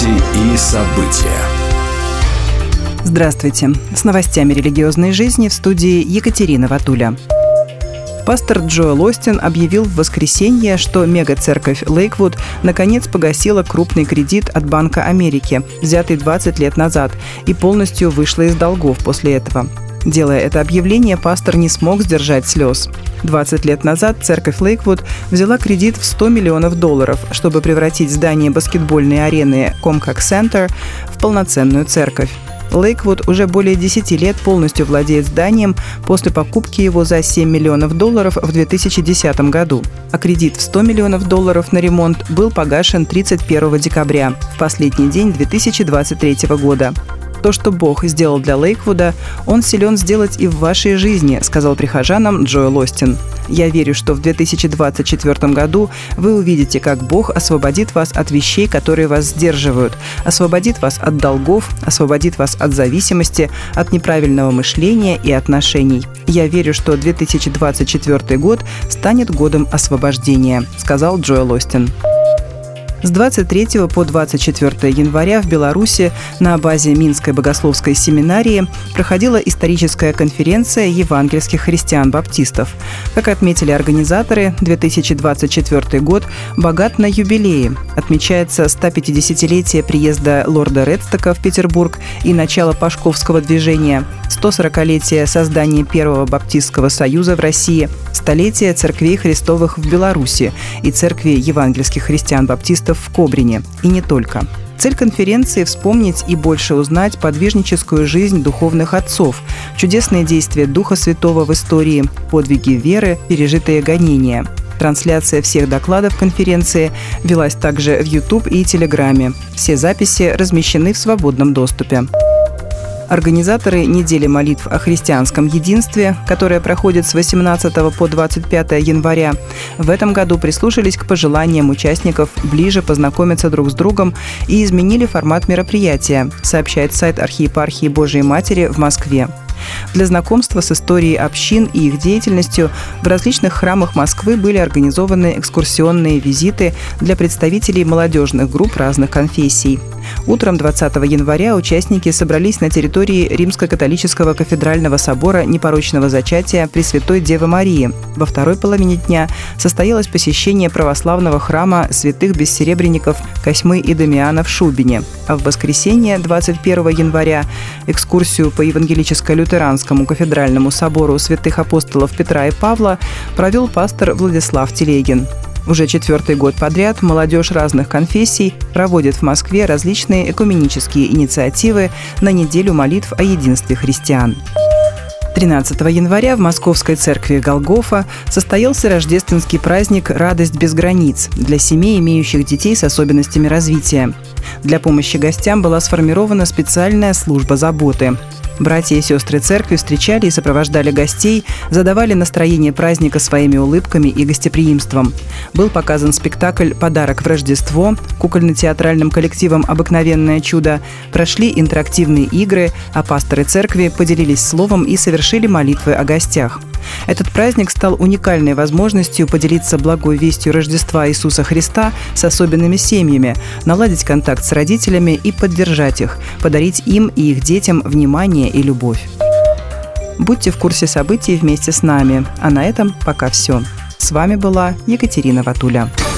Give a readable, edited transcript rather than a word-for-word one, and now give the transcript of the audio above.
Новости и события. Здравствуйте. С новостями религиозной жизни в студии Екатерина Ватуля. Пастор Джоэл Остин объявил в воскресенье, что мега-церковь Лейквуд наконец погасила крупный кредит от Банка Америки, взятый 20 лет назад, и полностью вышла из долгов после этого. Делая это объявление, пастор не смог сдержать слез. 20 лет назад церковь Лейквуд взяла кредит в $100 миллионов, чтобы превратить здание баскетбольной арены Comcast Center в полноценную церковь. Лейквуд уже более 10 лет полностью владеет зданием после покупки его за $7 миллионов в 2010 году. А кредит в $100 миллионов на ремонт был погашен 31 декабря, в последний день 2023 года. То, что Бог сделал для Лейквуда, Он силен сделать и в вашей жизни, сказал прихожанам Джоэл Остин. Я верю, что в 2024 году вы увидите, как Бог освободит вас от вещей, которые вас сдерживают, освободит вас от долгов, освободит вас от зависимости, от неправильного мышления и отношений. Я верю, что 2024 год станет годом освобождения, сказал Джоэл Остин. С 23 по 24 января в Беларуси на базе Минской богословской семинарии проходила историческая конференция евангельских христиан-баптистов. Как отметили организаторы, 2024 год богат на юбилеи. Отмечается 150-летие приезда лорда Редстока в Петербург и начало Пашковского движения, 140-летие создания Первого Баптистского союза в России, столетие церквей Христовых в Беларуси и церкви евангельских христиан-баптистов в Кобрине, и не только. Цель конференции – вспомнить и больше узнать подвижническую жизнь духовных отцов, чудесные действия Духа Святого в истории, подвиги веры, пережитые гонения. Трансляция всех докладов конференции велась также в YouTube и Телеграме. Все записи размещены в свободном доступе. Организаторы недели молитв о христианском единстве, которая проходит с 18 по 25 января, в этом году прислушались к пожеланиям участников ближе познакомиться друг с другом и изменили формат мероприятия, сообщает сайт Архиепархии Божией Матери в Москве. Для знакомства с историей общин и их деятельностью в различных храмах Москвы были организованы экскурсионные визиты для представителей молодежных групп разных конфессий. Утром 20 января участники собрались на территории Римско-католического кафедрального собора Непорочного зачатия Пресвятой Девы Марии. Во второй половине дня состоялось посещение православного храма святых бессеребренников Косьмы и Дамиана в Шубине. А в воскресенье 21 января экскурсию по Евангелическо-лютеранскому кафедральному собору святых апостолов Петра и Павла провел пастор Владислав Телегин. Уже 4-й год подряд молодежь разных конфессий проводит в Москве различные экуменические инициативы на неделю молитв о единстве христиан. 13 января в Московской церкви Голгофа состоялся рождественский праздник «Радость без границ» для семей, имеющих детей с особенностями развития. Для помощи гостям была сформирована специальная служба заботы. Братья и сестры церкви встречали и сопровождали гостей, задавали настроение праздника своими улыбками и гостеприимством. Был показан спектакль «Подарок в Рождество», кукольно-театральным коллективом «Обыкновенное чудо», прошли интерактивные игры, а пасторы церкви поделились словом и совершили молитвы о гостях. Этот праздник стал уникальной возможностью поделиться благой вестью Рождества Иисуса Христа с особенными семьями, наладить контакт с родителями и поддержать их, подарить им и их детям внимание и любовь. Будьте в курсе событий вместе с нами. А на этом пока все. С вами была Екатерина Ватуля.